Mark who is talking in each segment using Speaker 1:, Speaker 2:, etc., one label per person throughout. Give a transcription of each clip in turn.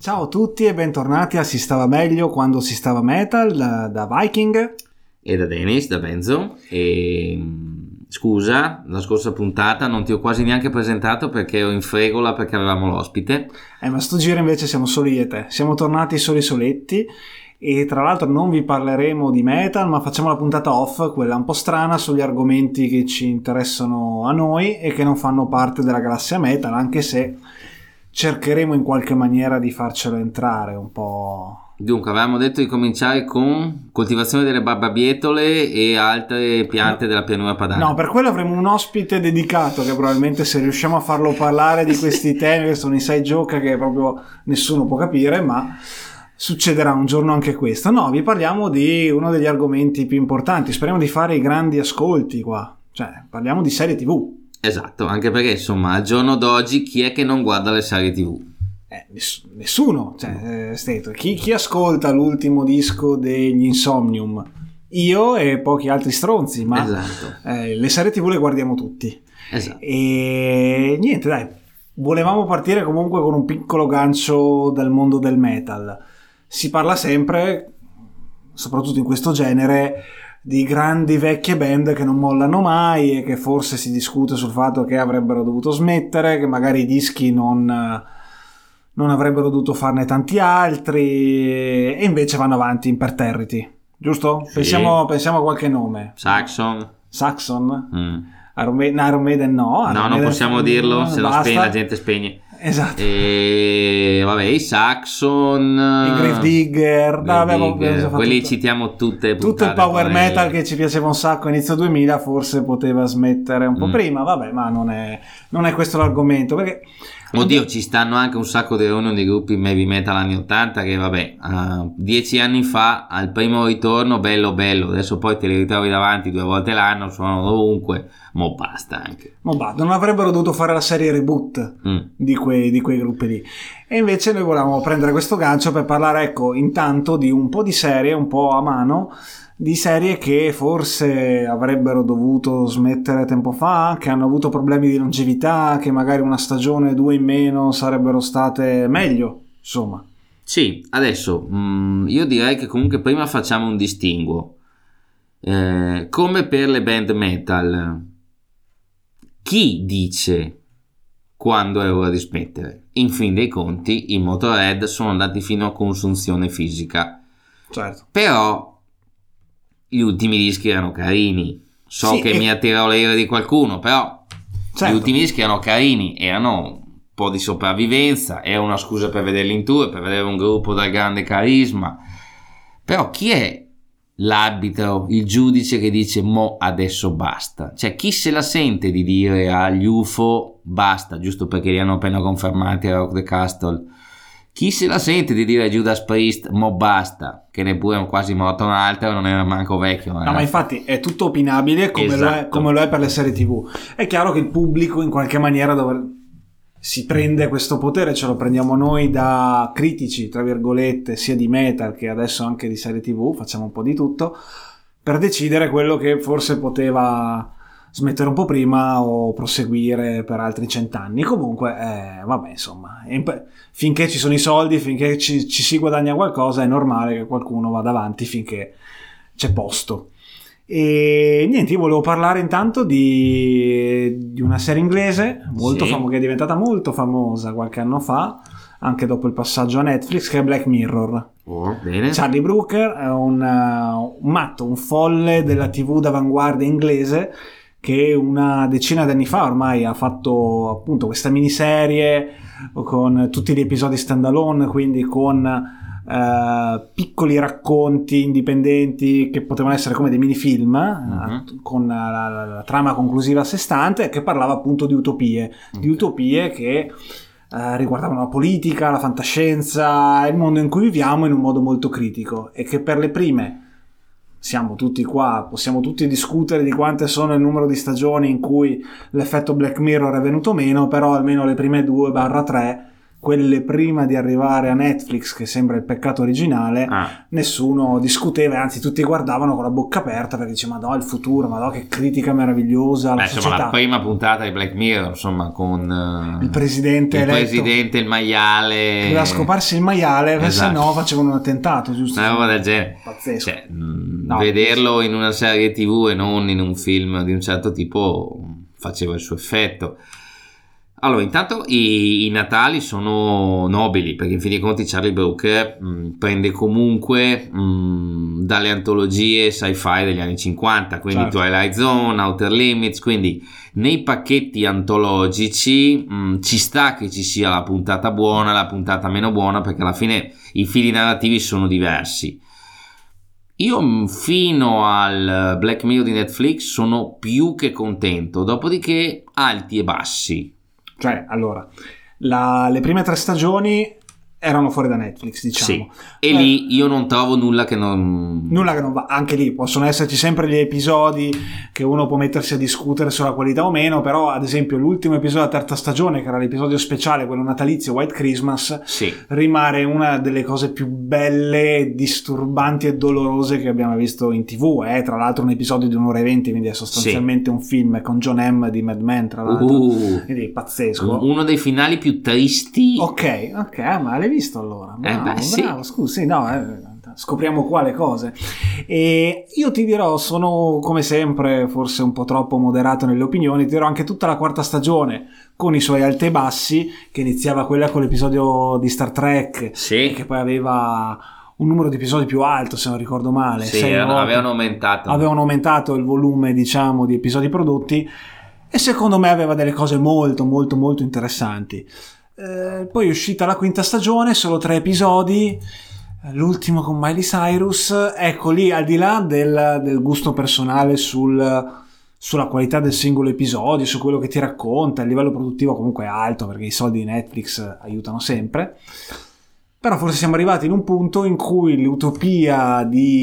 Speaker 1: Ciao a tutti e bentornati a Si stava meglio quando si stava metal da Viking
Speaker 2: e da Dennis, da Benzo. E scusa, la scorsa puntata non ti ho quasi neanche presentato perché ero in fregola perché avevamo l'ospite.
Speaker 1: Ma sto giro invece siamo solo io e te, siamo tornati soli soletti e tra l'altro non vi parleremo di metal, ma facciamo la puntata off, quella un po' strana, sugli argomenti che ci interessano a noi e che non fanno parte della galassia metal, anche se cercheremo in qualche maniera di farcelo entrare un po'.
Speaker 2: Dunque, avevamo detto di cominciare con coltivazione delle barbabietole e altre piante della pianura padana.
Speaker 1: No, per quello avremo un ospite dedicato che probabilmente, se riusciamo a farlo parlare di questi temi che sono i side joke che proprio nessuno può capire, ma succederà un giorno anche questo. No, vi parliamo di uno degli argomenti più importanti, speriamo di fare i grandi ascolti qua, cioè parliamo di serie TV.
Speaker 2: Esatto, anche perché insomma al giorno d'oggi chi è che non guarda le serie TV?
Speaker 1: Nessuno, cioè, chi ascolta l'ultimo disco degli Insomnium? Io e pochi altri stronzi, ma
Speaker 2: esatto.
Speaker 1: Le serie TV le guardiamo tutti.
Speaker 2: Esatto.
Speaker 1: E niente, dai, volevamo partire comunque con un piccolo gancio dal mondo del metal. Si parla sempre, soprattutto in questo genere, di grandi vecchie band che non mollano mai e che forse si discute sul fatto che avrebbero dovuto smettere, che magari i dischi non avrebbero dovuto farne tanti altri e invece vanno avanti imperterriti, giusto?
Speaker 2: Sì.
Speaker 1: Pensiamo a qualche nome.
Speaker 2: Saxon?
Speaker 1: Iron Maiden no.
Speaker 2: Non possiamo dirlo, se no la gente spegne.
Speaker 1: Esatto.
Speaker 2: E vabbè, i Saxon,
Speaker 1: i Gravedigger,
Speaker 2: quelli citiamo tutte
Speaker 1: tutto il power metal che ci piaceva un sacco inizio 2000, forse poteva smettere un po' prima, vabbè, ma non è questo l'argomento, perché
Speaker 2: oddio, ci stanno anche un sacco di reunion di gruppi heavy metal anni 80 che vabbè, 10 anni fa al primo ritorno bello, adesso poi te li ritrovi davanti 2 volte l'anno, suonano ovunque, mo basta anche.
Speaker 1: Non avrebbero dovuto fare la serie reboot di quei gruppi lì. E invece noi volevamo prendere questo gancio per parlare, ecco, intanto di un po' di serie, un po' a mano, di serie che forse avrebbero dovuto smettere tempo fa, che hanno avuto problemi di longevità, che magari una stagione 2 in meno sarebbero state meglio, insomma.
Speaker 2: Sì, adesso io direi che comunque prima facciamo un distinguo. Come per le band metal, chi dice quando è ora di smettere? In fin dei conti i Motorhead sono andati fino a consunzione fisica.
Speaker 1: Certo.
Speaker 2: Però gli ultimi dischi erano carini. Mi attirò l'ira di qualcuno, però certo. Gli ultimi dischi erano carini, erano un po' di sopravvivenza, era una scusa per vederli in tour, per vedere un gruppo dal grande carisma. Però chi è l'arbitro, il giudice che dice mo adesso basta? Cioè, chi se la sente di dire agli UFO basta, giusto perché li hanno appena confermati a Rock the Castle? Chi se la sente di dire a Judas Priest mo basta, che neppure è quasi morto un altro, non era manco vecchio.
Speaker 1: No, ma infatti è tutto opinabile come lo è per le serie TV. È chiaro che il pubblico in qualche maniera si prende questo potere, ce lo prendiamo noi da critici, tra virgolette, sia di metal che adesso anche di serie TV, facciamo un po' di tutto, per decidere quello che forse poteva smettere un po' prima o proseguire per altri 100 anni. Comunque, vabbè, insomma, finché ci sono i soldi, finché ci si guadagna qualcosa, è normale che qualcuno vada avanti finché c'è posto. E niente, io volevo parlare intanto di una serie inglese molto che è diventata molto famosa qualche anno fa, anche dopo il passaggio a Netflix, che è Black Mirror.
Speaker 2: Bene.
Speaker 1: Charlie Brooker è un matto, un folle della TV d'avanguardia inglese che una decina di anni fa ormai ha fatto appunto questa miniserie con tutti gli episodi standalone, quindi con piccoli racconti indipendenti che potevano essere come dei minifilm, con la trama conclusiva a sé stante, che parlava appunto di utopie, che riguardavano la politica, la fantascienza, il mondo in cui viviamo in un modo molto critico, e che per le prime siamo tutti qua, possiamo tutti discutere di quante sono il numero di stagioni in cui l'effetto Black Mirror è venuto meno, però almeno le prime 2/3 quelle prima di arrivare a Netflix, che sembra il peccato originale, nessuno discuteva, anzi tutti guardavano con la bocca aperta perché dice ma no, il futuro, ma no, che critica meravigliosa alla società.
Speaker 2: Insomma, la prima puntata di Black Mirror, insomma, con
Speaker 1: il presidente eletto,
Speaker 2: il maiale,
Speaker 1: doveva scoparsi il maiale, perché se no facevano un attentato, giusto?
Speaker 2: Una roba del genere.
Speaker 1: Pazzesco.
Speaker 2: Cioè, vederlo in una serie TV e non in un film di un certo tipo faceva il suo effetto. Allora, intanto i Natali sono nobili, perché in fin dei conti Charlie Brooker prende comunque dalle antologie sci-fi degli anni 50, quindi certo. Twilight Zone, Outer Limits, quindi nei pacchetti antologici ci sta che ci sia la puntata buona, la puntata meno buona, perché alla fine i fili narrativi sono diversi. Io fino al Black Mirror di Netflix sono più che contento, dopodiché alti e bassi.
Speaker 1: Cioè, allora, le prime 3 stagioni erano fuori da Netflix, diciamo.
Speaker 2: Sì. E lì io non trovo nulla che non
Speaker 1: va. Anche lì possono esserci sempre gli episodi che uno può mettersi a discutere sulla qualità o meno, però ad esempio l'ultimo episodio della 3ª stagione, che era l'episodio speciale, quello natalizio, White Christmas, rimane una delle cose più belle, disturbanti e dolorose che abbiamo visto in TV. È tra l'altro un episodio di 1 ora e 20, quindi è sostanzialmente un film con John Hamm di Mad Men, tra l'altro. Quindi è pazzesco.
Speaker 2: Uno dei finali più tristi.
Speaker 1: Ok, ma l'hai visto allora? Bravo, scusi, no, scopriamo qua le cose. E io ti dirò, sono come sempre forse un po' troppo moderato nelle opinioni, ti dirò anche tutta la 4ª stagione con i suoi alti e bassi, che iniziava quella con l'episodio di Star Trek, che poi aveva un numero di episodi più alto, se non ricordo male.
Speaker 2: Avevano
Speaker 1: aumentato il volume, diciamo, di episodi prodotti, e secondo me aveva delle cose molto molto molto interessanti. Poi è uscita la 5ª stagione, solo 3 episodi, l'ultimo con Miley Cyrus. Ecco, lì al di là del gusto personale sulla qualità del singolo episodio, su quello che ti racconta, il livello produttivo comunque è alto, perché i soldi di Netflix aiutano sempre, però forse siamo arrivati in un punto in cui le utopie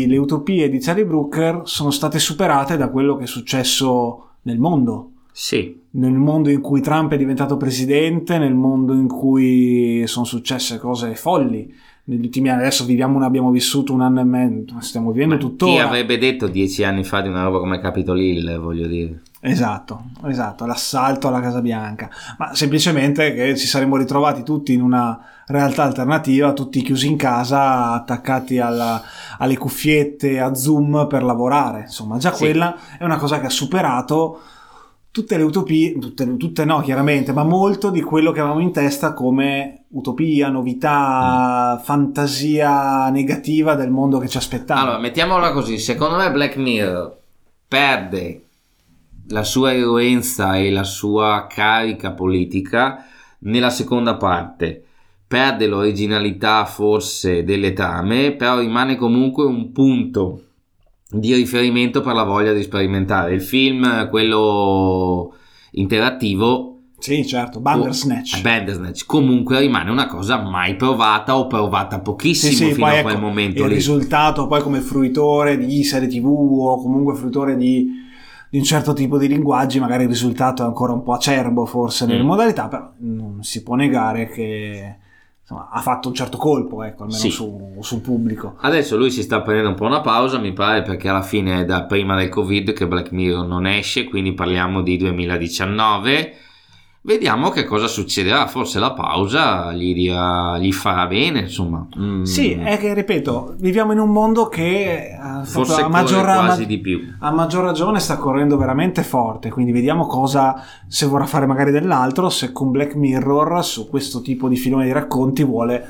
Speaker 1: di Charlie Brooker sono state superate da quello che è successo nel mondo.
Speaker 2: Sì.
Speaker 1: Nel mondo in cui Trump è diventato presidente, nel mondo in cui sono successe cose folli negli ultimi anni. Adesso abbiamo vissuto un anno e mezzo, stiamo vivendo tuttora.
Speaker 2: Chi avrebbe detto 10 anni fa di una roba come Capitol Hill, voglio dire.
Speaker 1: Esatto, l'assalto alla Casa Bianca, ma semplicemente che ci saremmo ritrovati tutti in una realtà alternativa, tutti chiusi in casa, attaccati alle cuffiette, a Zoom per lavorare. Insomma, già quella è una cosa che ha superato tutte le utopie, tutte no chiaramente, ma molto di quello che avevamo in testa come utopia, novità, fantasia negativa del mondo che ci aspettava.
Speaker 2: Allora, mettiamola così, secondo me Black Mirror perde la sua eroenza e la sua carica politica nella seconda parte, perde l'originalità forse delle trame, però rimane comunque un punto di riferimento per la voglia di sperimentare. Il film, quello interattivo,
Speaker 1: sì certo, Bandersnatch
Speaker 2: comunque rimane una cosa mai provata o provata pochissimo fino a quel momento
Speaker 1: il
Speaker 2: lì.
Speaker 1: Risultato poi come fruitore di serie TV o comunque fruitore di un certo tipo di linguaggi, magari il risultato è ancora un po' acerbo forse nelle modalità, però non si può negare che insomma, ha fatto un certo colpo, ecco, almeno sul pubblico.
Speaker 2: Adesso lui si sta prendendo un po' una pausa, mi pare, perché alla fine è da prima del Covid che Black Mirror non esce, quindi parliamo di 2019. Vediamo che cosa succederà, forse la pausa gli farà bene, insomma.
Speaker 1: Sì, è che, ripeto, viviamo in un mondo che
Speaker 2: forse quasi di più.
Speaker 1: A maggior ragione sta correndo veramente forte, quindi vediamo cosa, se vorrà fare magari dell'altro, se con Black Mirror su questo tipo di filone di racconti vuole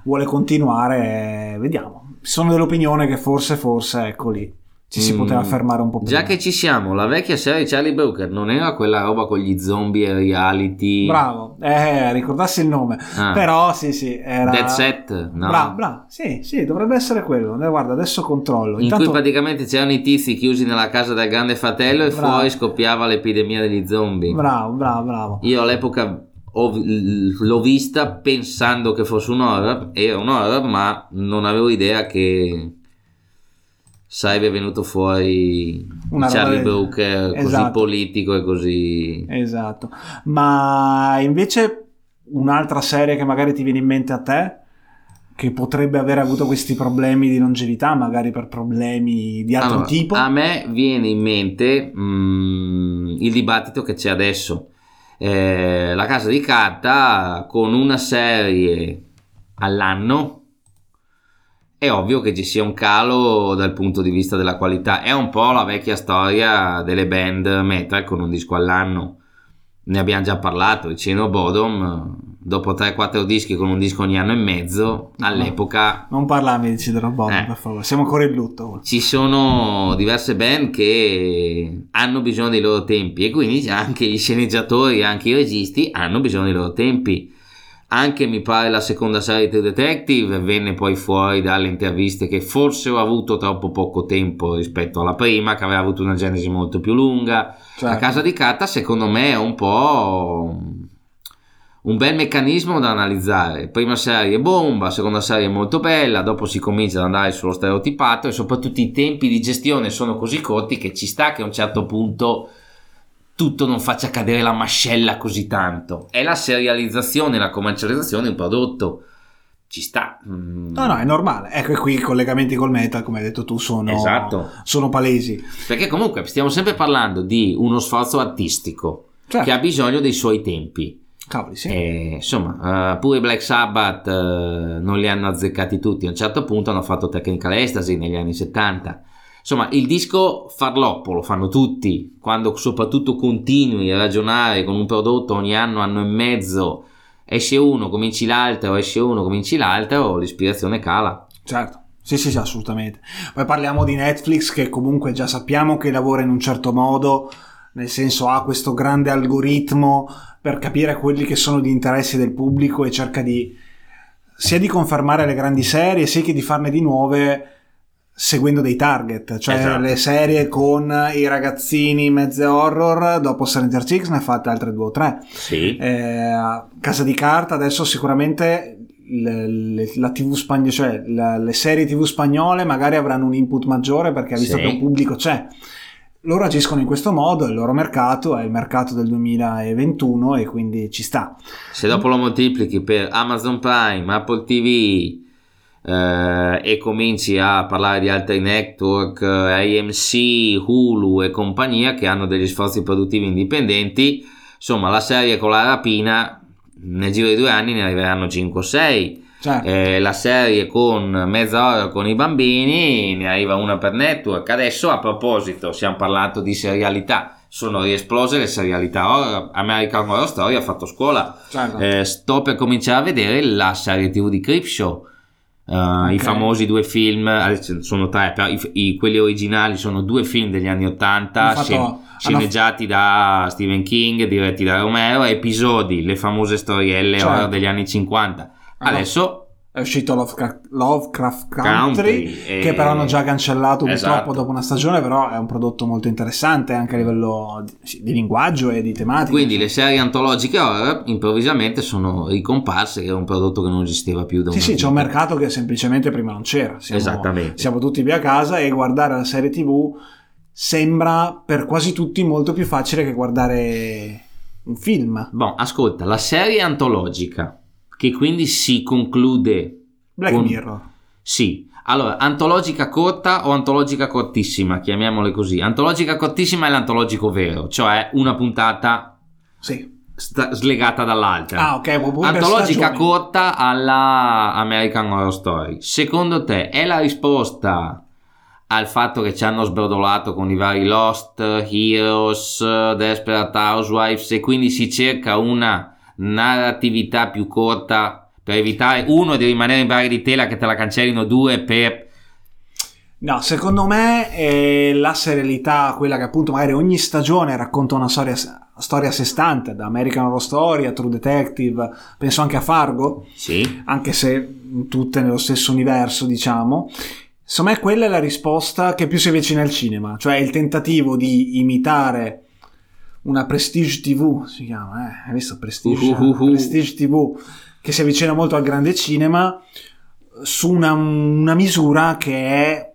Speaker 1: continuare, vediamo. Sono dell'opinione che forse, ecco lì, ci si poteva fermare un po' prima.
Speaker 2: Già che ci siamo, la vecchia serie Charlie Brooker non era quella roba con gli zombie e reality?
Speaker 1: Bravo, ricordassi il nome, però sì, era
Speaker 2: Dead Set, no?
Speaker 1: Bravo, sì, dovrebbe essere quello. Guarda, adesso controllo.
Speaker 2: In cui praticamente c'erano i tizi chiusi nella casa del grande fratello e fuori scoppiava l'epidemia degli zombie.
Speaker 1: Bravo.
Speaker 2: Io all'epoca l'ho vista pensando che fosse un horror, era un horror, ma non avevo idea che sarebbe venuto fuori Charlie Brooker così politico e così.
Speaker 1: Esatto. Ma invece un'altra serie che magari ti viene in mente a te, che potrebbe aver avuto questi problemi di longevità, magari per problemi di altro tipo?
Speaker 2: A me viene in mente il dibattito che c'è adesso. La Casa di Carta, con una serie all'anno, è ovvio che ci sia un calo dal punto di vista della qualità. È un po' la vecchia storia delle band metal con un disco all'anno. Ne abbiamo già parlato, il Chain of Bodom, dopo 3-4 dischi con un disco ogni anno e mezzo, all'epoca...
Speaker 1: Non parlarmi di Chain of Bodom, per favore, siamo ancora in lutto.
Speaker 2: Ci sono diverse band che hanno bisogno dei loro tempi, e quindi anche gli sceneggiatori, anche i registi hanno bisogno dei loro tempi. Anche mi pare la seconda serie di True Detective venne poi fuori dalle interviste che forse ho avuto troppo poco tempo rispetto alla prima, che aveva avuto una genesi molto più lunga. Certo. La Casa di Carta secondo me è un po' un bel meccanismo da analizzare. Prima serie bomba, seconda serie molto bella, dopo si comincia ad andare sullo stereotipato, e soprattutto i tempi di gestione sono così corti che ci sta che a un certo punto tutto non faccia cadere la mascella così tanto. È la serializzazione, la commercializzazione di un prodotto, ci sta.
Speaker 1: No, è normale. Ecco, qui i collegamenti col metal, come hai detto tu, sono palesi.
Speaker 2: Perché comunque stiamo sempre parlando di uno sforzo artistico, certo, che ha bisogno dei suoi tempi.
Speaker 1: Cavoli, sì.
Speaker 2: Insomma, pure i Black Sabbath non li hanno azzeccati tutti. A un certo punto hanno fatto Technical Ecstasy negli anni 70. Insomma, il disco farloppo lo fanno tutti. Quando soprattutto continui a ragionare con un prodotto ogni anno e mezzo, esce uno, cominci l'altro, esce uno, cominci l'altro, l'ispirazione cala.
Speaker 1: Certo, sì, assolutamente. Poi parliamo di Netflix, che comunque già sappiamo che lavora in un certo modo, nel senso ha questo grande algoritmo per capire quelli che sono gli interessi del pubblico e cerca sia di confermare le grandi serie, sia che di farne di nuove, seguendo dei target, cioè esatto, le serie con i ragazzini mezze horror, dopo Stranger Things ne ha fatte altre 2 o 3.
Speaker 2: Sì.
Speaker 1: Casa di Carta, adesso sicuramente la TV spagnola, cioè le serie TV spagnole magari avranno un input maggiore, perché visto che un pubblico c'è, loro agiscono in questo modo, il loro mercato è il mercato del 2021 e quindi ci sta.
Speaker 2: Se dopo lo moltiplichi per Amazon Prime, Apple TV, e cominci a parlare di altri network, AMC, Hulu e compagnia, che hanno degli sforzi produttivi indipendenti, insomma la serie con la rapina nel giro di 2 anni ne arriveranno 5 o 6. Certo. La serie con mezz'ora con i bambini ne arriva una per network. Adesso, a proposito, siamo parlato di serialità, sono riesplose le serialità. American Horror Story ha fatto scuola. Certo. Sto per cominciare a vedere la serie TV di Creepshow. Okay. I famosi 2 film, sono 3, però quelli originali sono 2 film degli anni 80, sceneggiati da Stephen King, diretti da Romero, episodi, le famose storielle, certo, horror degli anni 50. Adesso
Speaker 1: è uscito Lovecraft Country, che però hanno già cancellato purtroppo, esatto, dopo una stagione, però è un prodotto molto interessante anche a livello di linguaggio e di tematica.
Speaker 2: Quindi le serie antologiche horror improvvisamente sono ricomparse, che è un prodotto che non esisteva più da
Speaker 1: Sì, c'è un mercato che semplicemente prima non c'era. Siamo tutti via a casa e guardare la serie TV sembra per quasi tutti molto più facile che guardare un film.
Speaker 2: Ascolta, la serie antologica, che quindi si conclude
Speaker 1: Black Mirror.
Speaker 2: Sì, allora, antologica corta o antologica cortissima, chiamiamole così. Antologica cortissima è l'antologico vero, cioè una puntata slegata dall'altra.
Speaker 1: Ok.
Speaker 2: Antologica corta alla American Horror Story. Secondo te è la risposta al fatto che ci hanno sbrodolato con i vari Lost, Heroes, Desperate Housewives, e quindi si cerca una narratività più corta per evitare, uno, di rimanere in braghe di tela che te la cancellino, 2, per...
Speaker 1: No, secondo me è la serialità, quella che appunto magari ogni stagione racconta una storia a sé stante, da American Horror Story a True Detective, penso anche a Fargo,
Speaker 2: sì,
Speaker 1: anche se tutte nello stesso universo, diciamo. Secondo me quella è la risposta che più si avvicina al cinema, cioè il tentativo di imitare una Prestige TV, si chiama, hai visto Prestige? Prestige TV, che si avvicina molto al grande cinema, su una misura che è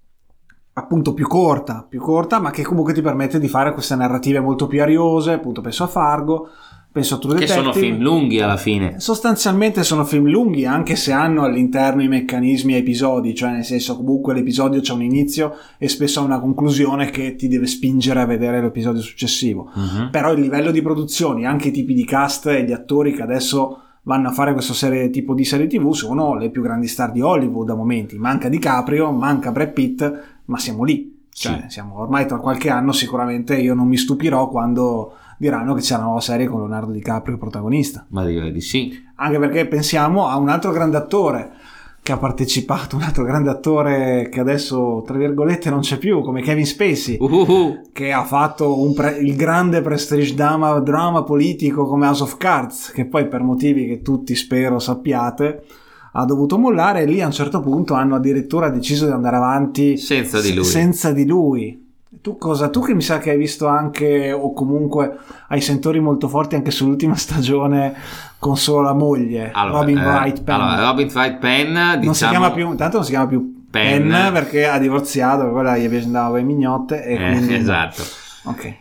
Speaker 1: appunto più corta, ma che comunque ti permette di fare queste narrative molto più ariose, appunto penso a Fargo, penso a True Detective,
Speaker 2: che sono film lunghi alla fine.
Speaker 1: Sostanzialmente sono film lunghi, anche se hanno all'interno i meccanismi a episodi, cioè nel senso comunque l'episodio c'è un inizio e spesso ha una conclusione che ti deve spingere a vedere l'episodio successivo. Però il livello di produzioni, anche i tipi di cast e gli attori che adesso vanno a fare questo tipo di serie TV sono le più grandi star di Hollywood a momenti. Manca DiCaprio, manca Brad Pitt, ma siamo lì. Cioè, siamo ormai tra qualche anno, sicuramente io non mi stupirò quando diranno che c'è una nuova serie con Leonardo DiCaprio protagonista.
Speaker 2: Ma direi di sì.
Speaker 1: Anche perché pensiamo a un altro grande attore che ha partecipato, un altro grande attore che adesso, tra virgolette, non c'è più, come Kevin Spacey, che ha fatto il grande prestige drama politico come House of Cards, che poi per motivi che tutti spero sappiate ha dovuto mollare, e lì a un certo punto hanno addirittura deciso di andare avanti senza di lui. Tu che mi sa che hai visto anche, o comunque hai sentori molto forti anche sull'ultima stagione con solo la moglie, Robin Wright Penn.
Speaker 2: Allora, Robin Wright Penn, diciamo,
Speaker 1: non si chiama più, intanto non si chiama più Penn perché ha divorziato, quella gli andava le mignotte e quindi
Speaker 2: esatto.
Speaker 1: Ok.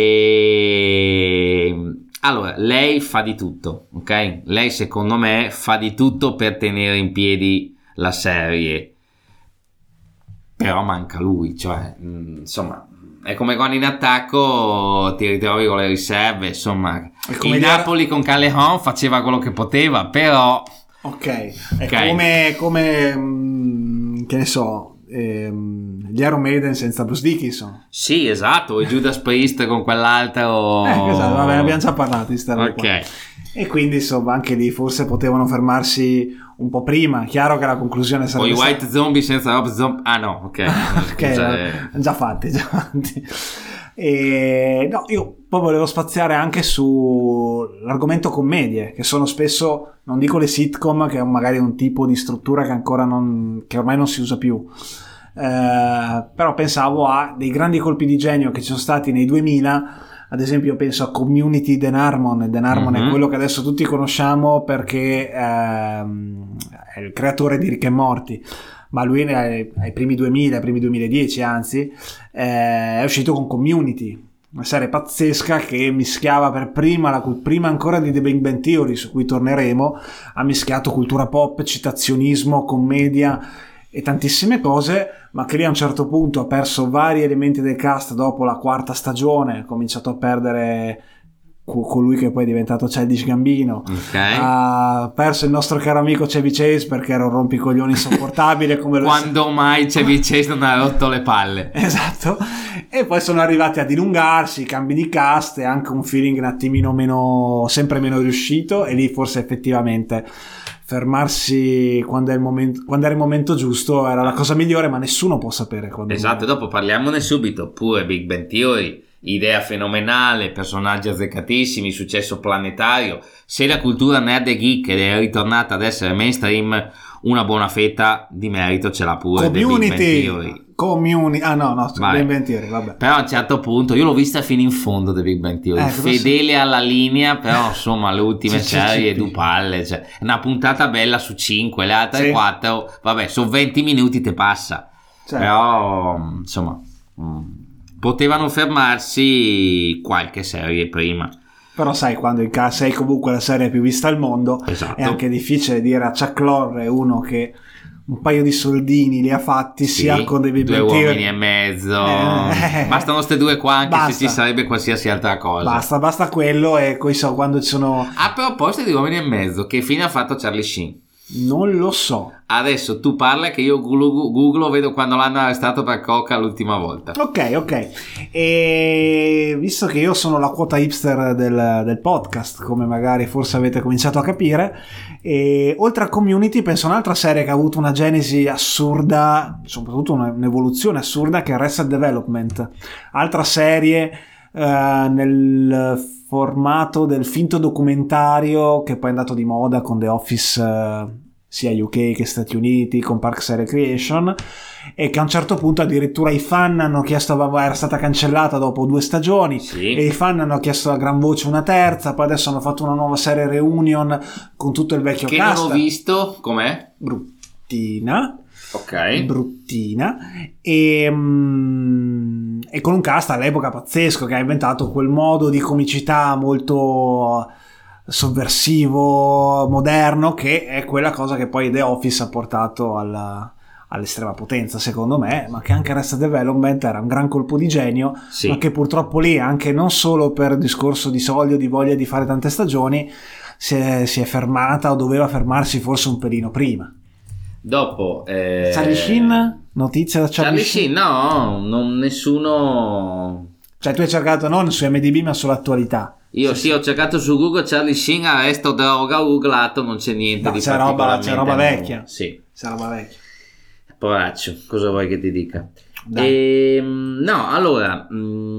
Speaker 2: Allora, lei fa di tutto, ok? Lei secondo me fa di tutto per tenere in piedi la serie, però manca lui, cioè insomma è come quando in attacco ti ritrovi con le riserve, insomma il Napoli con Callejon faceva quello che poteva, però
Speaker 1: è come che ne so, gli Iron Maiden senza Bruce Dickinson.
Speaker 2: Sì, esatto, e Judas Priest con quell'altro.
Speaker 1: Esatto, vabbè, abbiamo già parlato di sta
Speaker 2: qua.
Speaker 1: E quindi insomma anche lì forse potevano fermarsi un po' prima. Chiaro che la conclusione sarebbe
Speaker 2: poi White Zombie senza Rob Zombie. Ah no, ok.
Speaker 1: Già fatti. E no, io poi volevo spaziare anche sull'argomento commedie, che sono spesso, non dico le sitcom, che è magari un tipo di struttura che ancora che ormai non si usa più, però pensavo a dei grandi colpi di genio che ci sono stati nei 2000. Ad esempio penso a Community, Dan Harmon è quello che adesso tutti conosciamo perché è il creatore di Rick and Morty, ma lui ai primi 2000, ai primi 2010 anzi, è uscito con Community, una serie pazzesca che mischiava per prima ancora di The Big Bang Theory, su cui torneremo, ha mischiato cultura pop, citazionismo, commedia e tantissime cose, ma che lì a un certo punto ha perso vari elementi del cast dopo la quarta stagione, ha cominciato a perdere colui che poi è diventato Childish Gambino, ha perso il nostro caro amico Chevy Chase perché era un rompicoglioni insopportabile come
Speaker 2: quando mai Chevy Chase non ha rotto le palle,
Speaker 1: esatto, e poi sono arrivati a dilungarsi, cambi di cast e anche un feeling un attimino sempre meno riuscito, e lì forse effettivamente fermarsi quando era il momento giusto era la cosa migliore, ma nessuno può sapere quando.
Speaker 2: Esatto, dopo parliamone subito. Pure Big Bang Theory, idea fenomenale, personaggi azzeccatissimi, successo planetario. Se la cultura nerd e geek è ritornata ad essere mainstream, una buona fetta di merito ce l'ha pure The Big Bang Theory.
Speaker 1: Big Bang Theory, vabbè.
Speaker 2: Però a un certo punto io l'ho vista fino in fondo The Big Bang Theory, fedele alla linea, però insomma le ultime serie due palle, cioè una puntata bella su 5, le altre 4 vabbè, sono 20 minuti te passa, però insomma potevano fermarsi qualche serie prima.
Speaker 1: Però sai, quando sei comunque la serie più vista al mondo, è anche difficile dire a Chuck Lorre, uno che un paio di soldini li ha fatti sia con dei
Speaker 2: due uomini e mezzo, bastano queste due qua, anche se ci sarebbe qualsiasi altra cosa,
Speaker 1: basta quello. E quando ci sono,
Speaker 2: a proposito di uomini e mezzo, che fine ha fatto Charlie Sheen?
Speaker 1: Non lo so.
Speaker 2: Adesso tu parla che io googlo, vedo quando l'hanno arrestato per coca l'ultima volta.
Speaker 1: Ok. E visto che io sono la quota hipster del podcast, come magari forse avete cominciato a capire, e oltre a Community penso a un'altra serie che ha avuto una genesi assurda, soprattutto un'evoluzione assurda, che è Arrested Development, altra serie nel formato del finto documentario che poi è andato di moda con The Office, sia UK che Stati Uniti, con Parks and Recreation, e che a un certo punto addirittura i fan hanno chiesto, era stata cancellata dopo 2 stagioni, e i fan hanno chiesto a gran voce una terza, poi adesso hanno fatto una nuova serie reunion con tutto il vecchio cast.
Speaker 2: Che non ho visto, com'è?
Speaker 1: Bruttina. Bruttina, e con un cast all'epoca pazzesco, che ha inventato quel modo di comicità molto sovversivo, moderno, che è quella cosa che poi The Office ha portato all'estrema potenza, secondo me, ma che anche Arrested Development era un gran colpo di genio,
Speaker 2: sì,
Speaker 1: ma che purtroppo lì, anche non solo per discorso di soldi o di voglia di fare tante stagioni, si è fermata, o doveva fermarsi forse un pelino prima.
Speaker 2: Dopo
Speaker 1: Charlie Sheen? Notizia da Charlie Sheen?
Speaker 2: No, non nessuno.
Speaker 1: Cioè tu hai cercato non su MDB ma sull'attualità.
Speaker 2: Io sì, ho cercato su Google Charlie Sheen, arresto droga, ho googlato, non c'è niente di particolarmente.
Speaker 1: C'è roba vecchia.
Speaker 2: Sì.
Speaker 1: C'è roba vecchia.
Speaker 2: Poraccio, cosa vuoi che ti dica? No, allora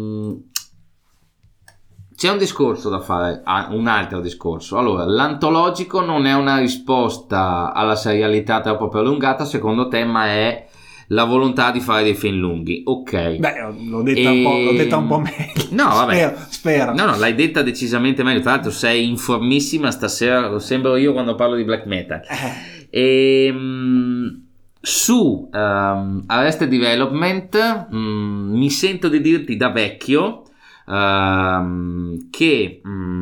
Speaker 2: c'è un discorso da fare, un altro discorso. Allora, l'antologico non è una risposta alla serialità troppo prolungata, secondo te, ma è la volontà di fare dei film lunghi. Ok.
Speaker 1: Beh, l'ho detta un po' meglio.
Speaker 2: No, vabbè.
Speaker 1: Spero.
Speaker 2: No, l'hai detta decisamente meglio. Tra l'altro sei informissima stasera, lo sembro io quando parlo di black metal. Su Arrested Development mi sento di dirti da vecchio che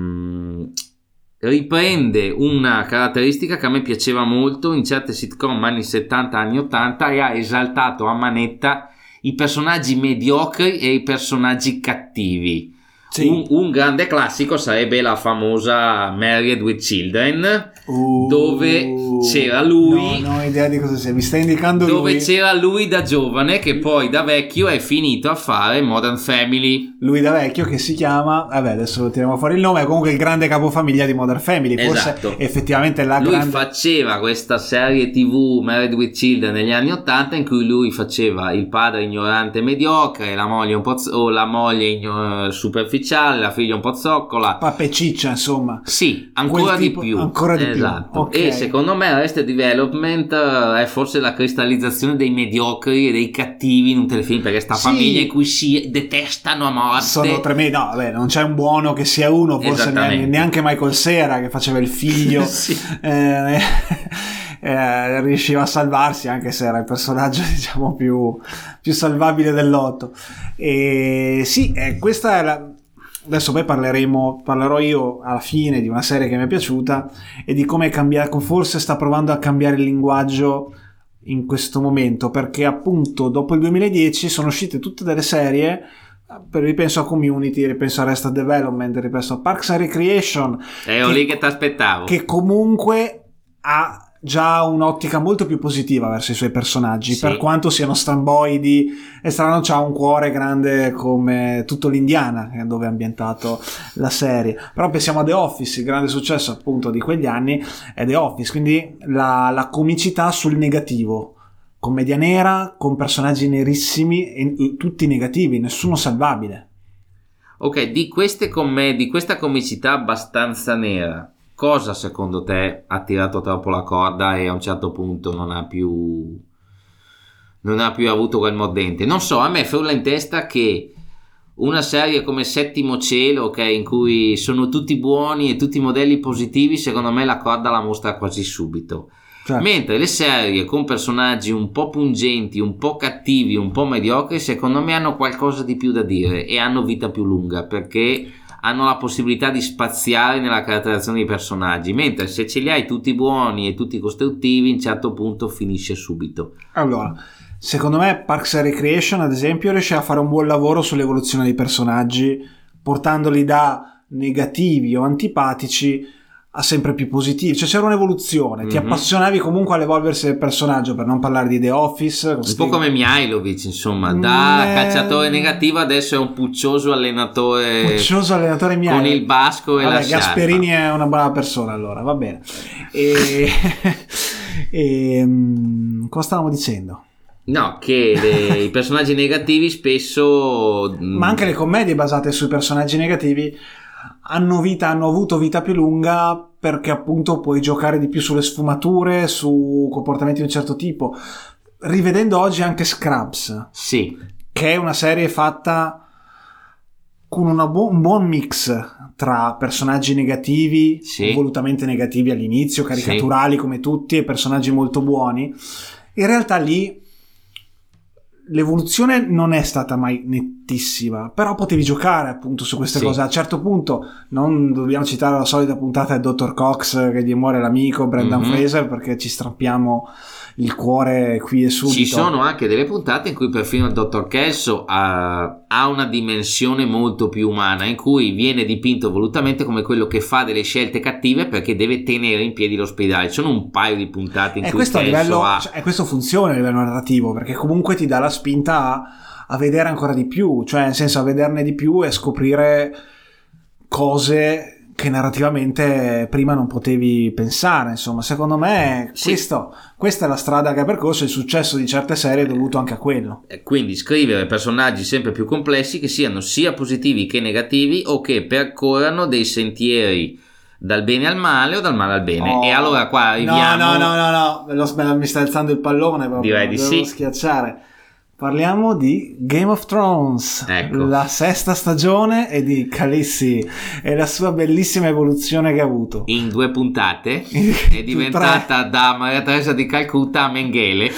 Speaker 2: riprende una caratteristica che a me piaceva molto in certe sitcom anni 70, anni 80, e ha esaltato a manetta i personaggi mediocri e i personaggi cattivi. Sì. Un grande classico sarebbe la famosa Married with Children, dove c'era lui.
Speaker 1: No, idea di cosa sia. Mi stai indicando
Speaker 2: dove
Speaker 1: lui.
Speaker 2: C'era lui da giovane che poi da vecchio è finito a fare Modern Family.
Speaker 1: Lui da vecchio che si chiama, vabbè, adesso lo tiriamo fuori il nome, è comunque il grande capofamiglia di Modern Family. Forse
Speaker 2: esatto.
Speaker 1: Effettivamente
Speaker 2: lui faceva questa serie TV Married with Children negli anni 80 in cui lui faceva il padre ignorante e mediocre, la moglie un po' la moglie superficiale, la figlia un po' zoccola,
Speaker 1: pappa e ciccia, insomma.
Speaker 2: Sì, ancora di più. Esatto. Okay. E secondo me Arrested Development è forse la cristallizzazione dei mediocri e dei cattivi in un telefilm, perché sta famiglia in cui si detestano a morte.
Speaker 1: Sono tremendi. No, vabbè, non c'è un buono che sia uno, forse neanche Michael Cera che faceva il figlio. Sì. Riusciva a salvarsi, anche se era il personaggio diciamo più salvabile dell'otto. E sì, questa è adesso poi parlerò io alla fine di una serie che mi è piaciuta e di come è cambiato, forse sta provando a cambiare il linguaggio in questo momento, perché appunto dopo il 2010 sono uscite tutte delle serie, ripenso a Community, ripenso a Arrested Development, ripenso a Parks and Recreation,
Speaker 2: lì che ti aspettavo,
Speaker 1: che comunque ha già un'ottica molto più positiva verso i suoi personaggi, sì. Per quanto siano stramboidi e strano, c'ha un cuore grande come tutto l'Indiana, dove è ambientato la serie. Però pensiamo a The Office, il grande successo appunto di quegli anni è The Office, quindi la comicità sul negativo, commedia nera con personaggi nerissimi e tutti negativi, nessuno salvabile.
Speaker 2: Ok, di questa comicità abbastanza nera, cosa secondo te ha tirato troppo la corda e a un certo punto non ha più avuto quel mordente? Non so, a me frulla in testa che una serie come Settimo Cielo, ok, in cui sono tutti buoni e tutti modelli positivi, secondo me la corda la mostra quasi subito. Certo. Mentre le serie con personaggi un po' pungenti, un po' cattivi, un po' mediocri, secondo me hanno qualcosa di più da dire e hanno vita più lunga, perché hanno la possibilità di spaziare nella caratterizzazione dei personaggi, mentre se ce li hai tutti buoni e tutti costruttivi, a un certo punto finisce subito.
Speaker 1: Allora, secondo me Parks and Recreation ad esempio riesce a fare un buon lavoro sull'evoluzione dei personaggi, portandoli da negativi o antipatici a sempre più positivi, cioè c'era un'evoluzione, ti appassionavi comunque all'evolversi del personaggio, per non parlare di The Office.
Speaker 2: Un po' come Mihailovic, insomma, da cacciatore negativo adesso è un puccioso allenatore
Speaker 1: Mihailovic.
Speaker 2: Con il basco e la sciarpa.
Speaker 1: Gasperini è una brava persona, allora, va bene. Cosa stavamo dicendo?
Speaker 2: No, che i personaggi negativi spesso...
Speaker 1: Ma anche le commedie basate sui personaggi negativi hanno avuto vita più lunga, perché appunto puoi giocare di più sulle sfumature, su comportamenti di un certo tipo. Rivedendo oggi anche Scrubs,
Speaker 2: sì,
Speaker 1: che è una serie fatta con un buon mix tra personaggi negativi,
Speaker 2: sì,
Speaker 1: volutamente negativi all'inizio, caricaturali, sì, come tutti, e personaggi molto buoni. In realtà lì l'evoluzione non è stata mai tantissima, però potevi giocare appunto su queste cose. A un certo punto non dobbiamo citare la solita puntata del Dr. Cox che gli muore l'amico Brendan Fraser, perché ci strappiamo il cuore qui e subito.
Speaker 2: Ci sono anche delle puntate in cui perfino il dottor Kelso ha una dimensione molto più umana, in cui viene dipinto volutamente come quello che fa delle scelte cattive perché deve tenere in piedi l'ospedale. Ci sono un paio di puntate in cui
Speaker 1: questo
Speaker 2: Kelso
Speaker 1: questo funziona a livello narrativo, perché comunque ti dà la spinta a vedere ancora di più, cioè nel senso a vederne di più e scoprire cose che narrativamente prima non potevi pensare. Insomma, secondo me questa è la strada che ha percorso. Il successo di certe serie è dovuto anche a quello.
Speaker 2: Quindi scrivere personaggi sempre più complessi che siano sia positivi che negativi, o che percorrano dei sentieri dal bene al male o dal male al bene. E allora qua arriviamo...
Speaker 1: No, mi sta alzando il pallone proprio.
Speaker 2: Direi di sì.
Speaker 1: Schiacciare. Parliamo di Game of Thrones,
Speaker 2: ecco.
Speaker 1: La 6ª stagione, e di Khaleesi e la sua bellissima evoluzione che ha avuto.
Speaker 2: In 2 puntate è diventata da Maria Teresa di Calcutta a Mengele.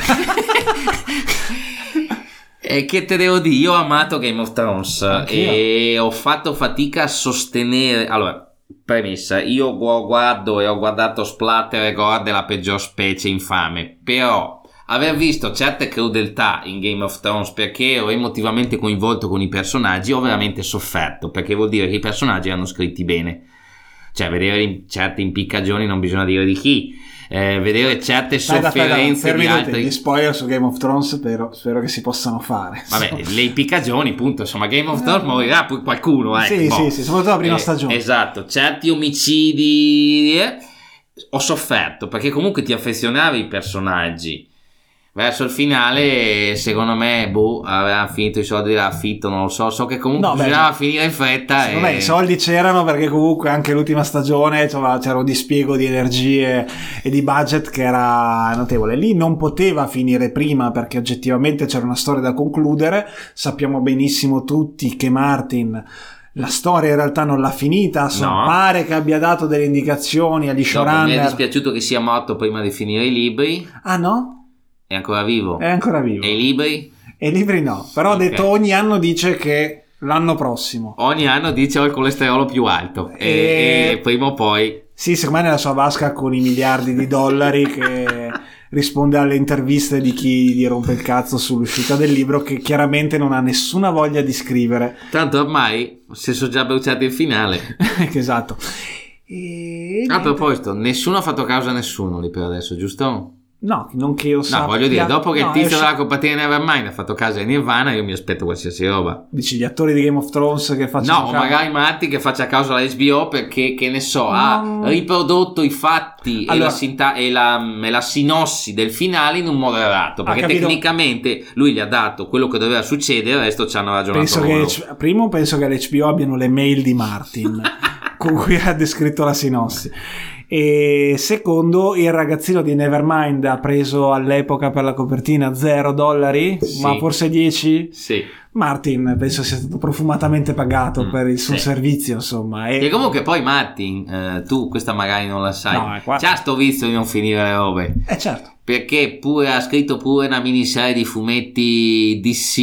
Speaker 2: E che te devo dire, io ho amato Game of Thrones. Anch'io. E ho fatto fatica a sostenere... Allora, premessa, io guardo e ho guardato Splatter e Gore della peggior specie infame, però aver visto certe crudeltà in Game of Thrones perché ero emotivamente coinvolto con i personaggi, ho veramente sofferto, perché vuol dire che i personaggi erano scritti bene. Cioè, vedere certe impiccagioni, non bisogna dire di chi, vedere certe sofferenze di altri.
Speaker 1: Gli spoiler su Game of Thrones spero che si possano fare.
Speaker 2: Vabbè, le impiccagioni, appunto, insomma, Game of Thrones morirà poi qualcuno,
Speaker 1: sì, soprattutto la prima stagione.
Speaker 2: Esatto, certi omicidi ho sofferto, perché comunque ti affezionavi ai personaggi. Verso il finale, secondo me, avevano finito i soldi dell'affitto, non lo so che comunque bisognava finire in fretta.
Speaker 1: Secondo me i soldi c'erano, perché comunque anche l'ultima stagione c'era un dispiego di energie e di budget che era notevole. Lì non poteva finire prima, perché oggettivamente c'era una storia da concludere. Sappiamo benissimo tutti che Martin la storia in realtà non l'ha finita, pare che abbia dato delle indicazioni agli showrunner.
Speaker 2: Mi è dispiaciuto che sia morto prima di finire i libri.
Speaker 1: Ah no?
Speaker 2: È ancora vivo?
Speaker 1: È ancora vivo.
Speaker 2: E i libri?
Speaker 1: E i libri no, però ha detto ogni anno dice che l'anno prossimo.
Speaker 2: Ogni anno dice ho il colesterolo più alto e prima o poi...
Speaker 1: Sì, secondo me nella sua vasca con i miliardi di dollari che risponde alle interviste di chi gli rompe il cazzo sull'uscita del libro, che chiaramente non ha nessuna voglia di scrivere.
Speaker 2: Tanto ormai si sono già bruciati il finale.
Speaker 1: Esatto.
Speaker 2: A proposito, nessuno ha fatto causa a nessuno lì per adesso, giusto?
Speaker 1: No, non che io sappia.
Speaker 2: No, voglio dire, dopo che il tizio della copertina di Nevermind ha fatto caso a Nirvana, io mi aspetto qualsiasi roba.
Speaker 1: Dici gli attori di Game of Thrones che facciano
Speaker 2: magari Matti che faccia causa alla HBO perché, che ne so, ha riprodotto i fatti e la sinossi del finale in un modo errato, perché tecnicamente lui gli ha dato quello che doveva succedere, il resto ci hanno ragionato
Speaker 1: primo penso che all'HBO abbiano le mail di Martin con cui ha descritto la sinossi. E secondo, il ragazzino di Nevermind ha preso all'epoca per la copertina $0, sì, ma forse 10.
Speaker 2: Sì.
Speaker 1: Martin penso sia stato profumatamente pagato per il suo servizio, insomma.
Speaker 2: E comunque poi Martin, tu questa magari non la sai, c'ha sto vizio di non finire le robe.
Speaker 1: Certo.
Speaker 2: Perché ha scritto pure una miniserie di fumetti DC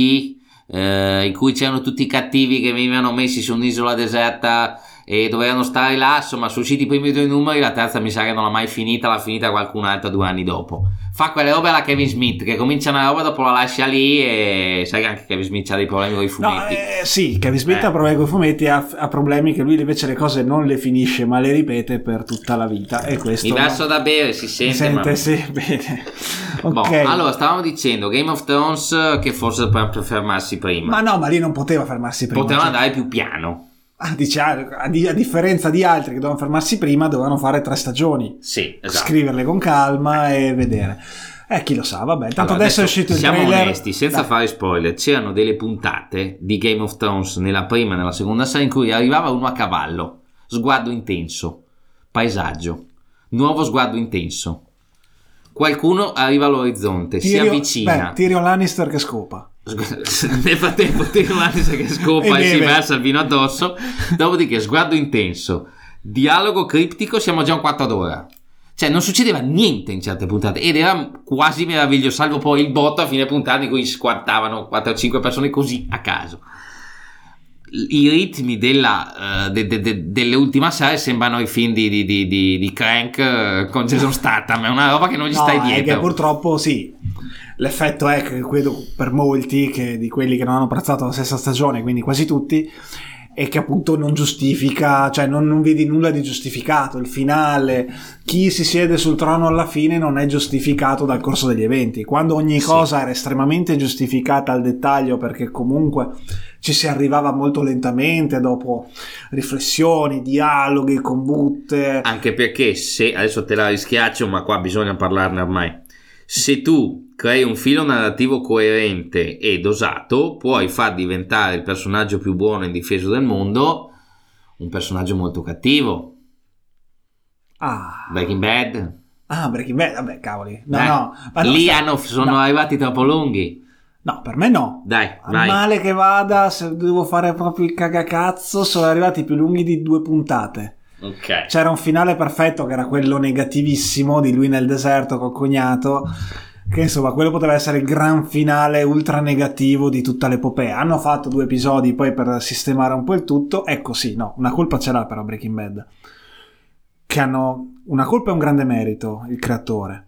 Speaker 2: in cui c'erano tutti i cattivi che venivano messi su un'isola deserta e dovevano stare là, insomma, sono usciti i primi 2 numeri, la terza mi sa che non l'ha mai finita, l'ha finita qualcun altro 2 anni dopo. Fa quelle robe alla Kevin Smith, che comincia una roba, dopo la lascia lì, e sai che anche Kevin Smith ha dei problemi con i fumetti.
Speaker 1: Sì, Kevin Smith ha problemi con i fumetti, ha problemi che lui invece le cose non le finisce, ma le ripete per tutta la vita, e questo...
Speaker 2: Diverso da bere, si sente.
Speaker 1: Sì, bene. Okay.
Speaker 2: Allora, stavamo dicendo Game of Thrones che forse per fermarsi prima.
Speaker 1: Ma lì non poteva fermarsi prima.
Speaker 2: Poteva andare più piano.
Speaker 1: A differenza di altri che dovevano fermarsi prima, dovevano fare 3 stagioni.
Speaker 2: Sì, esatto.
Speaker 1: Scriverle con calma e vedere. Chi lo sa, vabbè. Tanto allora, adesso è uscito il trailer.
Speaker 2: Siamo onesti, senza fare spoiler. C'erano delle puntate di Game of Thrones nella prima e nella seconda serie in cui arrivava uno a cavallo, sguardo intenso, paesaggio, nuovo sguardo intenso. Qualcuno arriva all'orizzonte, si avvicina.
Speaker 1: Tyrion Lannister che scopa.
Speaker 2: Nel frattempo Tyrion Lannister che scopa e si versa il vino addosso. Dopodiché sguardo intenso, dialogo criptico, siamo già a un quarto d'ora. Cioè non succedeva niente in certe puntate ed era quasi meraviglioso, salvo poi il botto a fine puntata in cui squartavano 4 o 5 persone così a caso. I ritmi delle ultime serie sembrano i film di Crank con Jason Statham, è una roba che non gli stai dietro.
Speaker 1: Che purtroppo sì, l'effetto è che per molti di quelli che non hanno apprezzato la stessa stagione, quindi quasi tutti, è che appunto non giustifica, cioè non vedi nulla di giustificato. Il finale, chi si siede sul trono alla fine non è giustificato dal corso degli eventi, quando ogni cosa era estremamente giustificata al dettaglio, perché comunque ci si arrivava molto lentamente dopo riflessioni, dialoghi, combute.
Speaker 2: Anche perché se adesso te la rischiaccio, ma qua bisogna parlarne ormai, se tu crei un filo narrativo coerente e dosato, puoi far diventare il personaggio più buono e indifeso del mondo un personaggio molto cattivo. Breaking Bad.
Speaker 1: Breaking Bad, vabbè, cavoli.
Speaker 2: Sono arrivati troppo lunghi.
Speaker 1: No, per me no.
Speaker 2: Dai, vai.
Speaker 1: Male che vada, se devo fare proprio il cagacazzo, sono arrivati più lunghi di 2 puntate.
Speaker 2: Ok.
Speaker 1: C'era un finale perfetto che era quello negativissimo di lui nel deserto col cognato, che insomma quello poteva essere il gran finale ultra negativo di tutta l'epopea. Hanno fatto 2 episodi poi per sistemare un po' il tutto. Ecco, sì, no, una colpa ce l'ha però Breaking Bad, che hanno una colpa e un grande merito il creatore,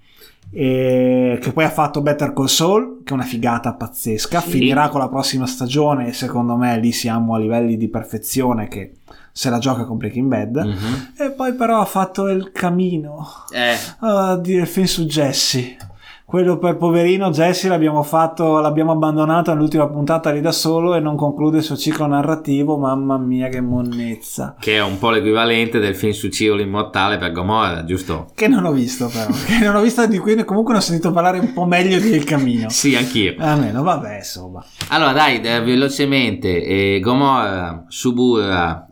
Speaker 1: e che poi ha fatto Better Call Saul, che è una figata pazzesca. Sì. Finirà con la prossima stagione e secondo me lì siamo a livelli di perfezione che se la gioca con Breaking Bad. E poi però ha fatto El Camino, il film su Jesse. Quello per poverino Jesse l'abbiamo abbandonato nell'ultima puntata lì da solo e non conclude il suo ciclo narrativo. Mamma mia, che monnezza.
Speaker 2: Che è un po' l'equivalente del film su Ciro l'Immortale per Gomorra, giusto?
Speaker 1: Che non ho visto però. Che non ho visto, di cui comunque ne ho sentito parlare un po' meglio di El Camino.
Speaker 2: Sì, anch'io.
Speaker 1: Almeno, vabbè, insomma.
Speaker 2: Allora dai, velocemente. Gomorra, Suburra,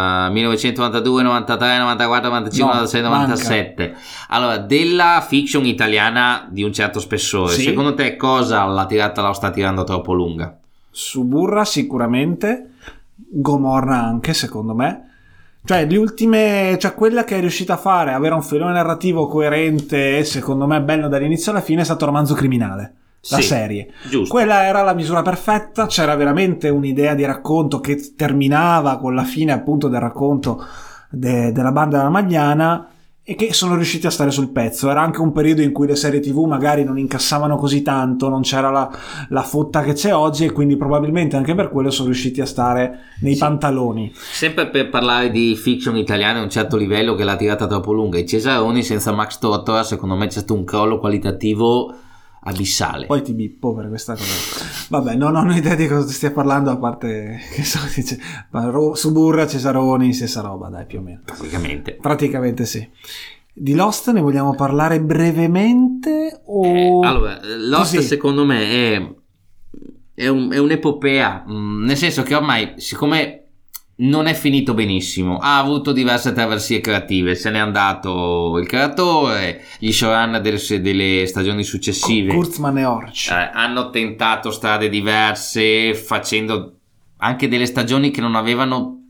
Speaker 2: 1992, 93, 94, 95, 96, 97. Allora, della fiction italiana di un certo spessore, sì. Secondo te cosa la tirata la sta tirando troppo lunga?
Speaker 1: Suburra sicuramente, Gomorra anche secondo me, cioè le ultime, cioè quella che è riuscita a fare, avere un filone narrativo coerente e secondo me bello dall'inizio alla fine, è stato Romanzo Criminale, la serie, giusto. Quella era la misura perfetta, c'era veramente un'idea di racconto che terminava con la fine appunto del racconto della banda della Magliana, e che sono riusciti a stare sul pezzo. Era anche un periodo in cui le serie TV magari non incassavano così tanto, non c'era la fotta che c'è oggi, e quindi probabilmente anche per quello sono riusciti a stare nei pantaloni.
Speaker 2: Sempre per parlare di fiction italiana a un certo livello che l'ha tirata troppo lunga, i Cesaroni senza Max Tortora secondo me c'è stato un crollo qualitativo abissale.
Speaker 1: Poi ti bippo per questa cosa. Vabbè, non ho idea di cosa ti stia parlando, a parte che so, dice Suburra, Cesaroni, stessa roba, dai, più o meno. Praticamente sì. Di Lost ne vogliamo parlare brevemente o
Speaker 2: allora, Lost così? Secondo me è un'epopea, nel senso che ormai, siccome non è finito benissimo, ha avuto diverse traversie creative, se n'è andato il creatore, gli showrunner delle stagioni successive,
Speaker 1: Kurtzman e Orch,
Speaker 2: hanno tentato strade diverse, facendo anche delle stagioni che non avevano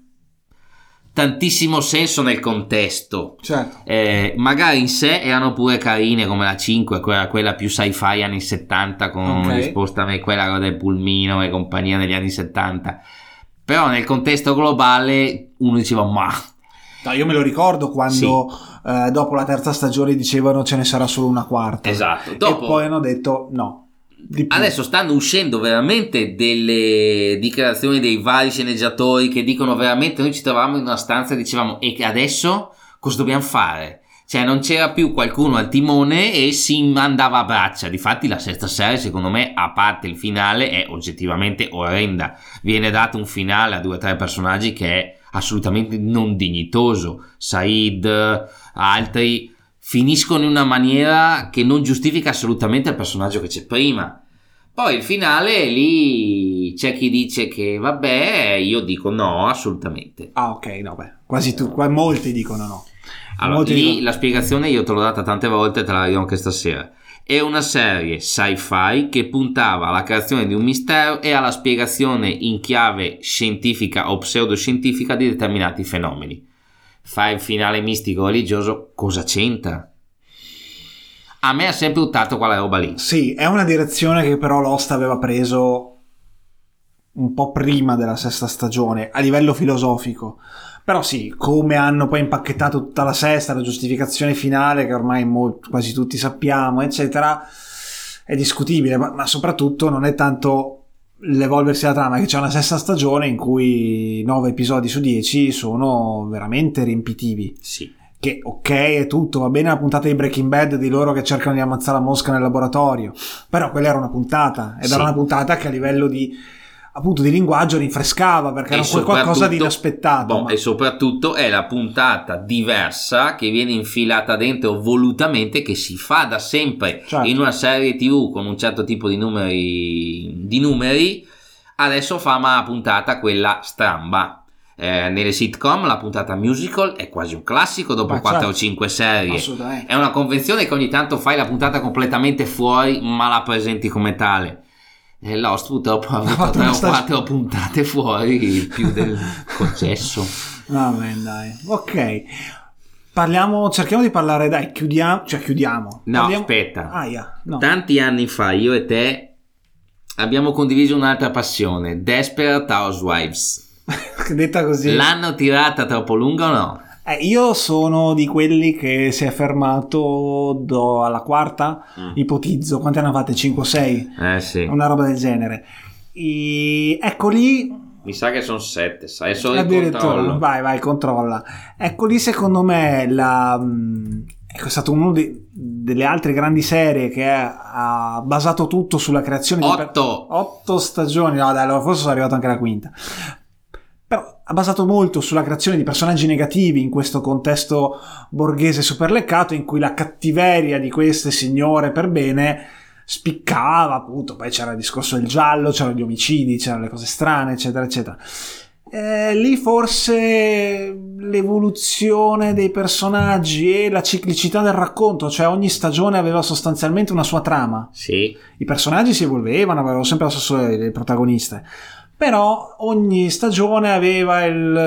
Speaker 2: tantissimo senso nel contesto,
Speaker 1: certo.
Speaker 2: Magari in sé erano pure carine, come la 5, quella più sci-fi anni 70 con risposta a quella del pulmino e compagnia negli anni 70. Però nel contesto globale uno diceva ma...
Speaker 1: No, io me lo ricordo quando dopo la terza stagione dicevano ce ne sarà solo una quarta.
Speaker 2: Esatto.
Speaker 1: Dopo, e poi hanno detto no.
Speaker 2: Adesso stanno uscendo veramente delle dichiarazioni dei vari sceneggiatori che dicono veramente noi ci trovavamo in una stanza e dicevamo e adesso cosa dobbiamo fare? Cioè non c'era più qualcuno al timone e si andava a braccia. Difatti la sesta serie secondo me, a parte il finale, è oggettivamente orrenda. Viene dato un finale a 2 o 3 personaggi che è assolutamente non dignitoso. Said, altri finiscono in una maniera che non giustifica assolutamente il personaggio che c'è prima. Poi il finale lì c'è chi dice che vabbè, io dico no, assolutamente.
Speaker 1: Ah, ok, no, beh, quasi molti dicono no.
Speaker 2: Allora, lì la spiegazione io te l'ho data tante volte, te la dirò anche stasera. È una serie sci-fi che puntava alla creazione di un mistero e alla spiegazione in chiave scientifica o pseudoscientifica di determinati fenomeni. Fai il finale mistico religioso, cosa c'entra? a me ha sempre urtato quella roba lì.
Speaker 1: Sì, è una direzione che però Lost aveva preso un po' prima della sesta stagione a livello filosofico. Però sì, come hanno poi impacchettato tutta la sesta, la giustificazione finale che ormai quasi tutti sappiamo, eccetera, è discutibile, ma soprattutto non è tanto l'evolversi della trama, che c'è una sesta stagione in cui 9 episodi su 10 sono veramente riempitivi.
Speaker 2: Sì.
Speaker 1: Che ok, è tutto, va bene la puntata di Breaking Bad di loro che cercano di ammazzare la mosca nel laboratorio, però quella era una puntata, ed era una puntata che a livello di appunto di linguaggio rinfrescava, perché era qualcosa di inaspettato.
Speaker 2: E soprattutto è la puntata diversa che viene infilata dentro volutamente, che si fa da sempre, certo, in una serie TV con un certo tipo di numeri. Adesso fa una puntata quella stramba. Nelle sitcom la puntata musical è quasi un classico dopo 4 o 5 serie. È una convenzione che ogni tanto fai la puntata completamente fuori ma la presenti come tale. Lost purtroppo ha avuto 3 o 4 puntate fuori più del concesso.
Speaker 1: Vabbè, dai, ok, cerchiamo di parlare, dai, chiudiamo.
Speaker 2: No, aspetta, tanti anni fa io e te abbiamo condiviso un'altra passione, Desperate Housewives.
Speaker 1: Detta così,
Speaker 2: l'hanno tirata troppo lunga o no?
Speaker 1: Io sono di quelli che si è fermato alla quarta, ipotizzo, quante ne hanno fatte? 5 o 6?
Speaker 2: Sì.
Speaker 1: Una roba del genere. Ecco lì,
Speaker 2: mi sa che sono 7, sai, solo il controllo.
Speaker 1: Vai, controlla. Ecco lì, secondo me è stato uno delle altre grandi serie che ha basato tutto sulla creazione 8 stagioni. No dai, forse sono arrivato anche alla quinta. Però ha basato molto sulla creazione di personaggi negativi in questo contesto borghese superleccato, in cui la cattiveria di queste signore per bene spiccava, appunto. Poi c'era il discorso del giallo, c'erano gli omicidi, c'erano le cose strane, eccetera eccetera. Lì forse l'evoluzione dei personaggi e la ciclicità del racconto, cioè ogni stagione aveva sostanzialmente una sua trama.
Speaker 2: Sì.
Speaker 1: I personaggi si evolvevano, avevano sempre lo stesso le protagoniste, però ogni stagione aveva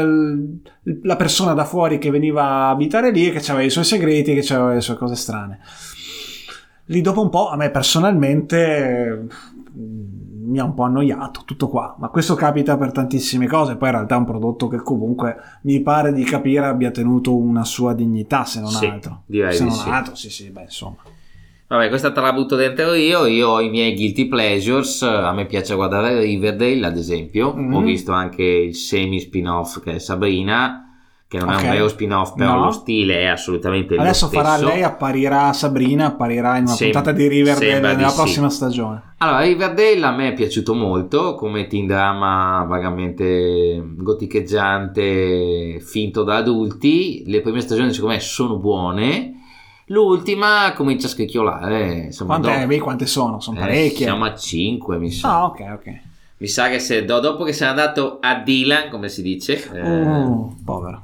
Speaker 1: la persona da fuori che veniva a abitare lì e che aveva i suoi segreti, che aveva le sue cose strane. Lì dopo un po', a me personalmente mi ha un po' annoiato tutto qua, ma questo capita per tantissime cose. Poi in realtà è un prodotto che comunque mi pare di capire abbia tenuto una sua dignità, se non altro.
Speaker 2: Direi
Speaker 1: se
Speaker 2: di
Speaker 1: non
Speaker 2: sì.
Speaker 1: altro, beh, insomma.
Speaker 2: Vabbè, questa te la butto dentro io ho i miei guilty pleasures. A me piace guardare Riverdale, ad esempio. Ho visto anche il semi spin-off che è Sabrina, che non è un vero spin-off, però lo stile è assolutamente
Speaker 1: adesso
Speaker 2: lo stesso.
Speaker 1: Farà lei, Sabrina apparirà in una puntata di Riverdale nella prossima stagione.
Speaker 2: Allora, Riverdale a me è piaciuto molto come teen drama vagamente goticheggiante, finto da adulti. Le prime stagioni secondo me sono buone. L'ultima comincia a scricchiolare.
Speaker 1: Quante sono? Sono parecchie.
Speaker 2: Siamo a 5, mi sa.
Speaker 1: Ah, ok.
Speaker 2: Mi sa che dopo che se n'è andato a Dylan, come si dice,
Speaker 1: povero.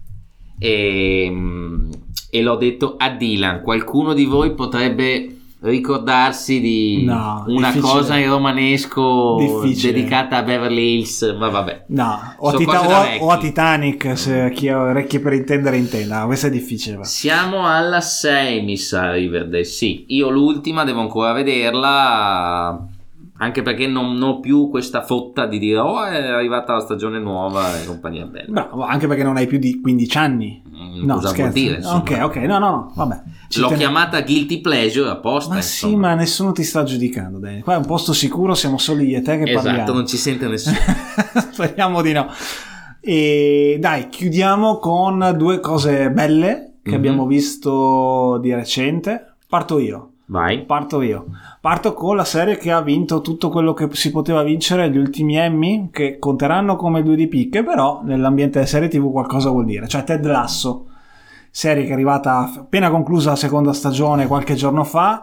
Speaker 2: E l'ho detto a Dylan. Qualcuno di voi potrebbe ricordarsi di una cosa in romanesco dedicata a Beverly Hills, ma vabbè.
Speaker 1: O a Titanic, se chi ha orecchie per intendere intenda. Questa è difficile.
Speaker 2: Siamo alla 6, mi sa, Riverdale. Sì, io l'ultima devo ancora vederla, anche perché non ho più questa fotta di dire è arrivata la stagione nuova e compagnia bella.
Speaker 1: Bravo, anche perché non hai più di 15 anni.
Speaker 2: Cosa vuol dire, insomma.
Speaker 1: Ok, no, vabbè.
Speaker 2: L'ho chiamata guilty pleasure apposta.
Speaker 1: Ma sì, ma nessuno ti sta giudicando, Dani. Qua è un posto sicuro, siamo solo io e te che parliamo.
Speaker 2: Esatto, non ci sente nessuno.
Speaker 1: Speriamo di no. E dai, chiudiamo con 2 cose belle che abbiamo visto di recente. Parto io.
Speaker 2: Vai.
Speaker 1: Parto con la serie che ha vinto tutto quello che si poteva vincere, gli ultimi Emmy, che conteranno come 2 di picche, però nell'ambiente delle serie TV qualcosa vuol dire. Cioè Ted Lasso, serie che è arrivata appena conclusa la seconda stagione qualche giorno fa.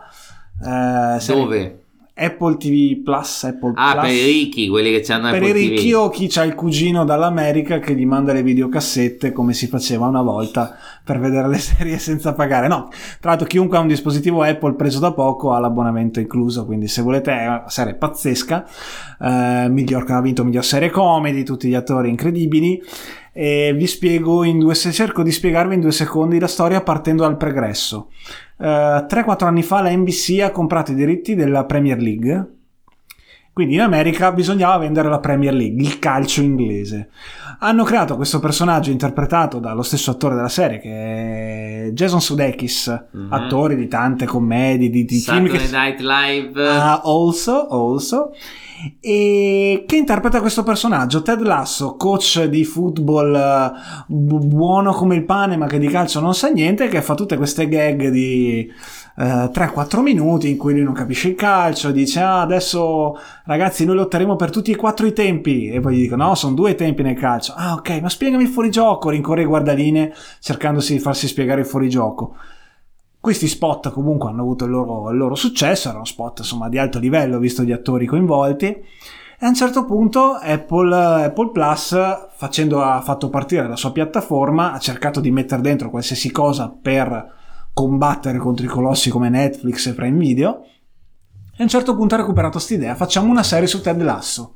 Speaker 2: Dove?
Speaker 1: Apple TV Plus.
Speaker 2: Per i ricchi, quelli che c'hanno Apple TV.
Speaker 1: Per i ricchi o chi c'ha il cugino dall'America che gli manda le videocassette, come si faceva una volta per vedere le serie senza pagare. No, tra l'altro chiunque ha un dispositivo Apple preso da poco ha l'abbonamento incluso, quindi se volete è una serie pazzesca, ha vinto miglior serie comedy, tutti gli attori incredibili. e cerco di spiegarvi in 2 secondi la storia partendo dal pregresso. 3-4 anni fa la NBC ha comprato i diritti della Premier League, quindi in America bisognava vendere la Premier League, il calcio inglese. Hanno creato questo personaggio interpretato dallo stesso attore della serie, che è Jason Sudeikis, attore di tante commedie, di film
Speaker 2: Saturday Night Live,
Speaker 1: also, e che interpreta questo personaggio, Ted Lasso, coach di football buono come il pane ma che di calcio non sa niente, che fa tutte queste gag di 3-4 minuti in cui lui non capisce il calcio, dice adesso ragazzi noi lotteremo per tutti e 4 i tempi, e poi gli dico no, sono 2 tempi nel calcio. Ok, ma spiegami il fuorigioco, rincorre i guardaline cercandosi di farsi spiegare il fuorigioco. Questi spot comunque hanno avuto il loro successo, erano spot insomma di alto livello visto gli attori coinvolti, e a un certo punto Apple Plus, ha fatto partire la sua piattaforma, ha cercato di mettere dentro qualsiasi cosa per combattere contro i colossi come Netflix e Prime Video, e a un certo punto ha recuperato quest'idea: facciamo una serie su Ted Lasso.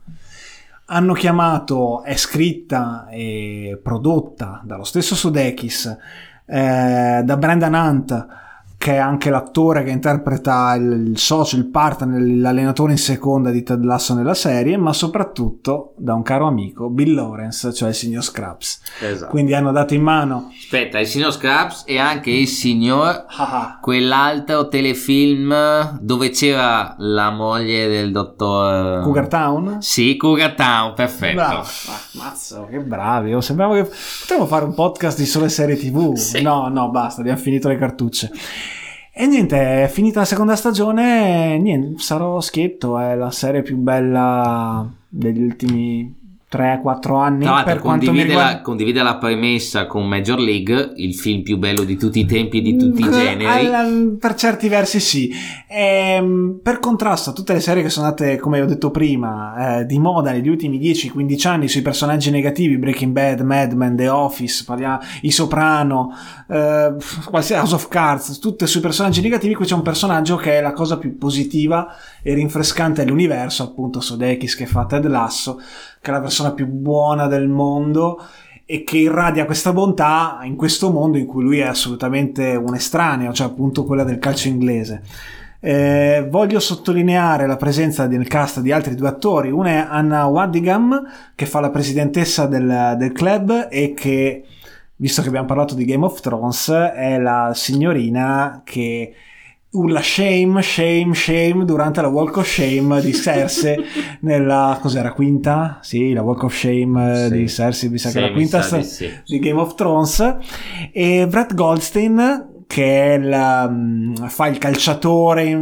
Speaker 1: È scritta e prodotta dallo stesso Sudeikis, da Brendan Hunt, che è anche l'attore che interpreta il socio, il partner, l'allenatore in seconda di Ted Lasso nella serie, ma soprattutto da un caro amico, Bill Lawrence, cioè il signor Scrubs.
Speaker 2: Esatto.
Speaker 1: Quindi hanno dato in mano...
Speaker 2: Aspetta, il signor Scrubs e anche il signor... quell'altro telefilm dove c'era la moglie del dottor...
Speaker 1: Cougar Town?
Speaker 2: Sì, Cougar Town, perfetto.
Speaker 1: Bravo. Mazzo, che bravi. Sembrava che potremmo fare un podcast di sole serie TV. Sì. No, basta, abbiamo finito le cartucce. E niente, è finita la seconda stagione, niente, sarò schietto, è la serie più bella degli ultimi 3-4 anni.
Speaker 2: Tra l'altro,
Speaker 1: per quanto mi riguarda,
Speaker 2: condivide la premessa con Major League, il film più bello di tutti i tempi e di tutti i generi.
Speaker 1: Per certi versi sì. Per contrasto a tutte le serie che sono andate, come ho detto prima, di moda negli ultimi 10-15 anni sui personaggi negativi, Breaking Bad, Mad Men, The Office, I Soprano, qualsiasi House of Cards, tutte sui personaggi negativi, qui c'è un personaggio che è la cosa più positiva e rinfrescante dell'universo, appunto Sudeikis, che fa Ted Lasso, che è la persona più buona del mondo e che irradia questa bontà in questo mondo in cui lui è assolutamente un estraneo, cioè appunto quella del calcio inglese. Voglio sottolineare la presenza nel cast di altri 2 attori. Una è Anna Waddingham, che fa la presidentessa del club e che, visto che abbiamo parlato di Game of Thrones, è la signorina che urla shame durante la Walk of Shame di Cersei nella, cos'era, quinta? Sì, la Walk of Shame di Cersei, mi sa che è la quinta di Game of Thrones. E Brett Goldstein, che è fa il calciatore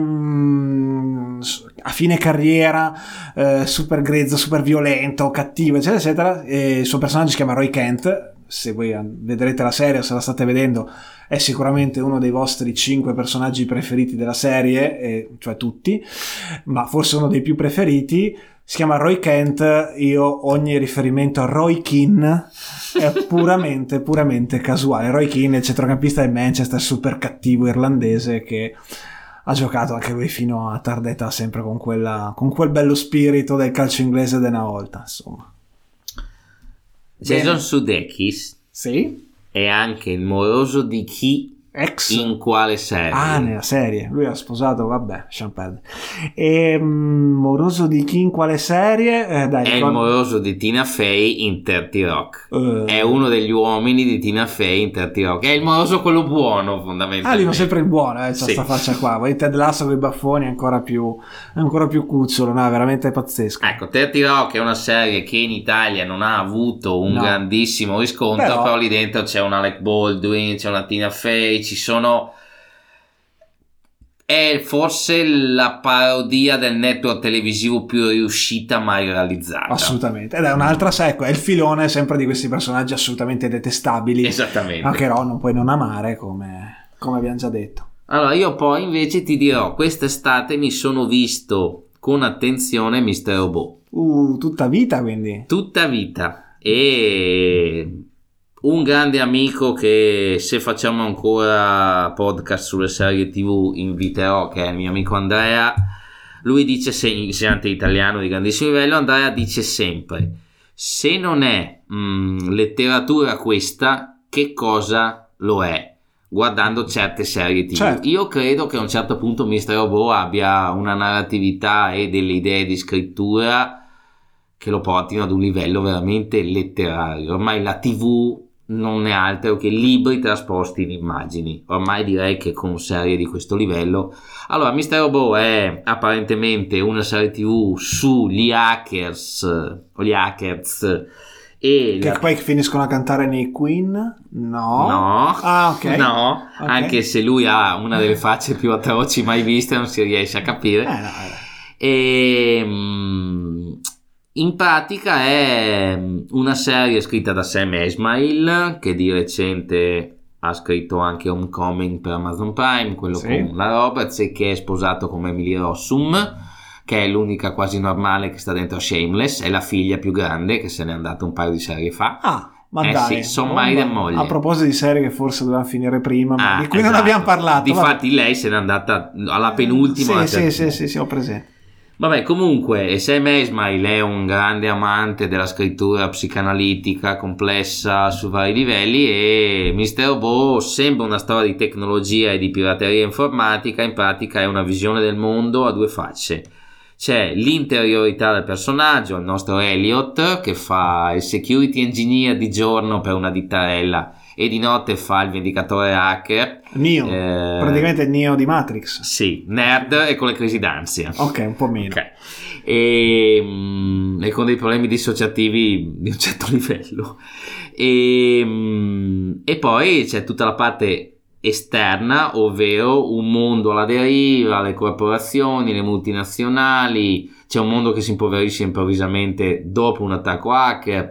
Speaker 1: a fine carriera, super grezzo, super violento, cattivo, eccetera eccetera, e il suo personaggio si chiama Roy Kent. Se voi vedrete la serie o se la state vedendo, è sicuramente uno dei vostri 5 personaggi preferiti della serie, cioè tutti, ma forse uno dei più preferiti. Si chiama Roy Kent. Io ogni riferimento a Roy Keane è puramente casuale. Roy Keane è il centrocampista del Manchester, super cattivo irlandese, che ha giocato anche lui fino a tarda età, sempre con quel bello spirito del calcio inglese di una volta, insomma.
Speaker 2: Jason Sudeikis,
Speaker 1: sì,
Speaker 2: è anche il moroso di chi? In quale serie?
Speaker 1: Nella serie. Lui ha sposato, vabbè, lasciamo perdere. Moroso di chi in quale serie?
Speaker 2: Il moroso di Tina Fey in 30 Rock. È uno degli uomini di Tina Fey in 30 Rock. È il moroso quello buono, fondamentalmente.
Speaker 1: Dico sempre il buono, c'è sta faccia qua. Poi Ted Lasso con i baffoni è ancora più cucciolo, no? È veramente pazzesco.
Speaker 2: Ecco, 30 Rock è una serie che in Italia non ha avuto un grandissimo riscontro, però lì dentro c'è un Alec Baldwin, c'è una Tina Fey, è forse la parodia del network televisivo più riuscita mai realizzata.
Speaker 1: Assolutamente. Ed è un'altra è il filone sempre di questi personaggi assolutamente detestabili.
Speaker 2: Esattamente.
Speaker 1: Anche non puoi non amare, come abbiamo già detto.
Speaker 2: Allora, io poi invece ti dirò, quest'estate mi sono visto con attenzione Mr. Robot.
Speaker 1: Tutta vita, quindi?
Speaker 2: Tutta vita. E un grande amico che, se facciamo ancora podcast sulle serie TV, inviterò, che è il mio amico Andrea. Lui dice, insegnante italiano di grandissimo livello, Andrea dice sempre: se non è letteratura questa, che cosa lo è guardando certe serie TV.
Speaker 1: Certo.
Speaker 2: Io credo che a un certo punto Mr. Robot abbia una narratività e delle idee di scrittura che lo portino ad un livello veramente letterario. Ormai la TV non è altro che libri trasposti in immagini. Ormai direi che con serie di questo livello. Allora, Mr. Robot è apparentemente una serie TV sugli hackers o gli hackers e
Speaker 1: che poi finiscono a cantare nei Queen? No. Ah, ok.
Speaker 2: No,
Speaker 1: okay.
Speaker 2: Anche se lui ha una delle facce più atroci mai viste, non si riesce a capire. E in pratica è una serie scritta da Sam Esmail, che di recente ha scritto anche Homecoming per Amazon Prime, quello con la Roberts, e che è sposato con Emily Rossum, che è l'unica quasi normale che sta dentro Shameless, è la figlia più grande che se n'è andata un paio di serie fa.
Speaker 1: Ma dai,
Speaker 2: sì, son marito e moglie.
Speaker 1: A proposito di serie che forse doveva finire prima, ma di cui non abbiamo parlato.
Speaker 2: Difatti lei se n'è andata alla penultima.
Speaker 1: Sì, ho presente.
Speaker 2: Vabbè, comunque Sam Esmail è un grande amante della scrittura psicanalitica complessa su vari livelli, e Mr. Robot sembra una storia di tecnologia e di pirateria informatica. In pratica è una visione del mondo a due facce. C'è l'interiorità del personaggio, il nostro Elliot, che fa il security engineer di giorno per una dittarella e di notte fa il vendicatore hacker.
Speaker 1: Neo, praticamente il Neo di Matrix.
Speaker 2: Sì, nerd e con le crisi d'ansia.
Speaker 1: Ok, un po' meno.
Speaker 2: Okay. E con dei problemi dissociativi di un certo livello. E poi c'è tutta la parte esterna, ovvero un mondo alla deriva, le corporazioni, le multinazionali. C'è un mondo che si impoverisce improvvisamente dopo un attacco hacker,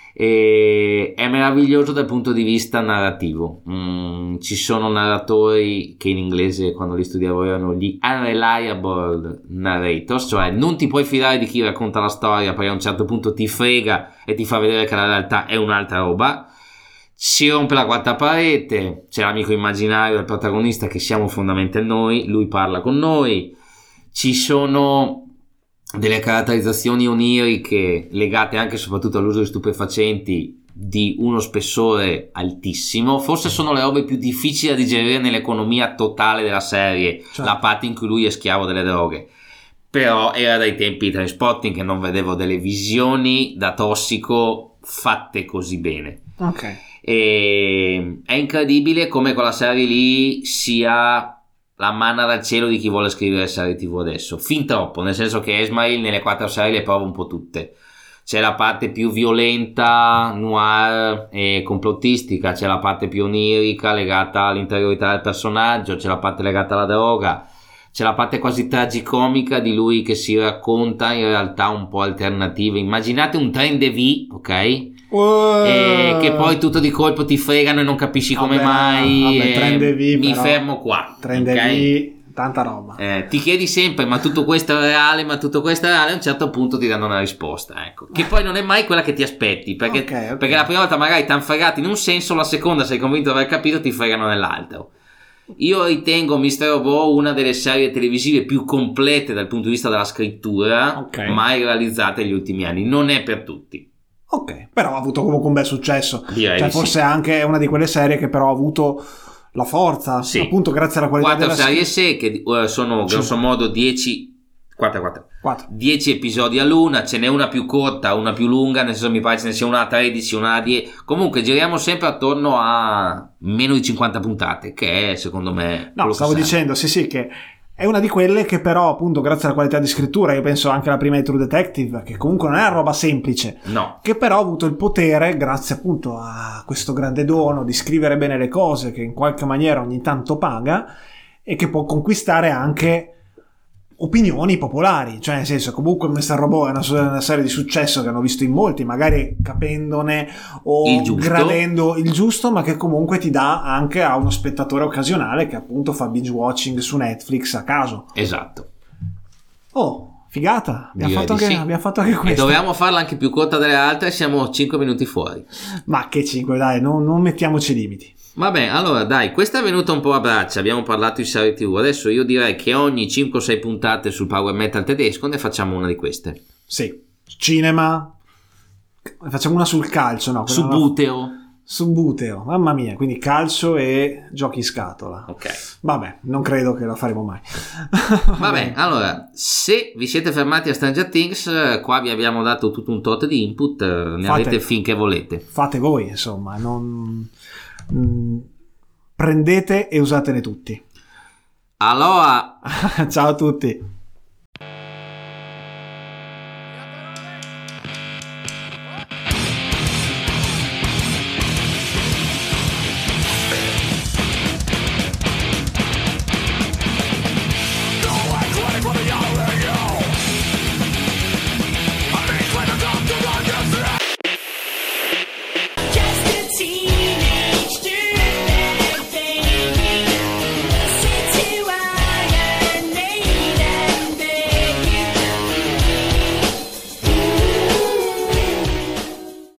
Speaker 2: e è meraviglioso dal punto di vista narrativo. Ci sono narratori che in inglese, quando li studiavo, erano gli unreliable narrators, cioè non ti puoi fidare di chi racconta la storia, perché a un certo punto ti frega e ti fa vedere che la realtà è un'altra roba. Si rompe la quarta parete, c'è l'amico immaginario del protagonista che siamo fondamentalmente noi, lui parla con noi. Ci sono delle caratterizzazioni oniriche legate anche e soprattutto all'uso di stupefacenti di uno spessore altissimo. Forse sono le robe più difficili da digerire nell'economia totale della serie, certo. La parte in cui lui è schiavo delle droghe. Però era dai tempi di Trainspotting che non vedevo delle visioni da tossico fatte così bene.
Speaker 1: Ok.
Speaker 2: E è incredibile come quella serie lì sia la manna dal cielo di chi vuole scrivere serie TV adesso, fin troppo, nel senso che Esmail nelle 4 serie le prova un po' tutte. C'è la parte più violenta, noir e complottistica, c'è la parte più onirica legata all'interiorità del personaggio, c'è la parte legata alla droga, c'è la parte quasi tragicomica di lui che si racconta in realtà un po' alternative. Immaginate un train de vie, ok? E che poi tutto di colpo ti fregano e non capisci come mai.
Speaker 1: Train de vie,
Speaker 2: mi fermo qua.
Speaker 1: Train de vie, tanta roba.
Speaker 2: Ti chiedi sempre, ma tutto questo è reale? A un certo punto ti danno una risposta, ecco. Che poi non è mai quella che ti aspetti, perché la prima volta magari ti hanno fregato in un senso, la seconda sei convinto di aver capito, ti fregano nell'altro. Io ritengo Mr. Robot una delle serie televisive più complete dal punto di vista della scrittura mai realizzate negli ultimi anni. Non è per tutti.
Speaker 1: Ok, però ha avuto comunque un bel successo.
Speaker 2: Direi
Speaker 1: cioè forse anche una di quelle serie che però ha avuto la forza, appunto grazie alla qualità
Speaker 2: 4
Speaker 1: della
Speaker 2: serie secche, sono grosso modo 10 episodi all'una, ce n'è una più corta, una più lunga, nel senso mi pare ce ne sia una a 13, una a 10. Comunque giriamo sempre attorno a meno di 50 puntate, che è secondo me
Speaker 1: stavo dicendo sì che è una di quelle che però appunto grazie alla qualità di scrittura, io penso anche alla prima di True Detective, che comunque non è una roba semplice, che però ha avuto il potere, grazie appunto a questo grande dono di scrivere bene le cose, che in qualche maniera ogni tanto paga e che può conquistare anche opinioni popolari. Cioè nel senso, comunque Mr. Robot è una serie di successo che hanno visto in molti, magari capendone o gradendo il giusto, ma che comunque ti dà anche a uno spettatore occasionale che appunto fa binge watching su Netflix a caso.
Speaker 2: Esatto.
Speaker 1: Figata, abbiamo fatto anche questo.
Speaker 2: E dovevamo farla anche più corta delle altre, siamo 5 minuti fuori.
Speaker 1: Ma che 5, dai, non mettiamoci limiti.
Speaker 2: Vabbè, allora dai, questa è venuta un po' a braccia, abbiamo parlato di serie TV, adesso io direi che ogni 5-6 puntate sul power metal tedesco ne facciamo una di queste.
Speaker 1: Sì, cinema, Facciamo una sul calcio, no?
Speaker 2: Su Buteo.
Speaker 1: Su Buteo, mamma mia, quindi calcio e giochi in scatola.
Speaker 2: Ok.
Speaker 1: Vabbè, non credo che la faremo mai.
Speaker 2: Vabbè, allora, se vi siete fermati a Stranger Things, qua vi abbiamo dato tutto un tot di input, ne avete finché volete.
Speaker 1: Fate voi, insomma, prendete e usatene tutti.
Speaker 2: Aloha!
Speaker 1: Ciao a tutti.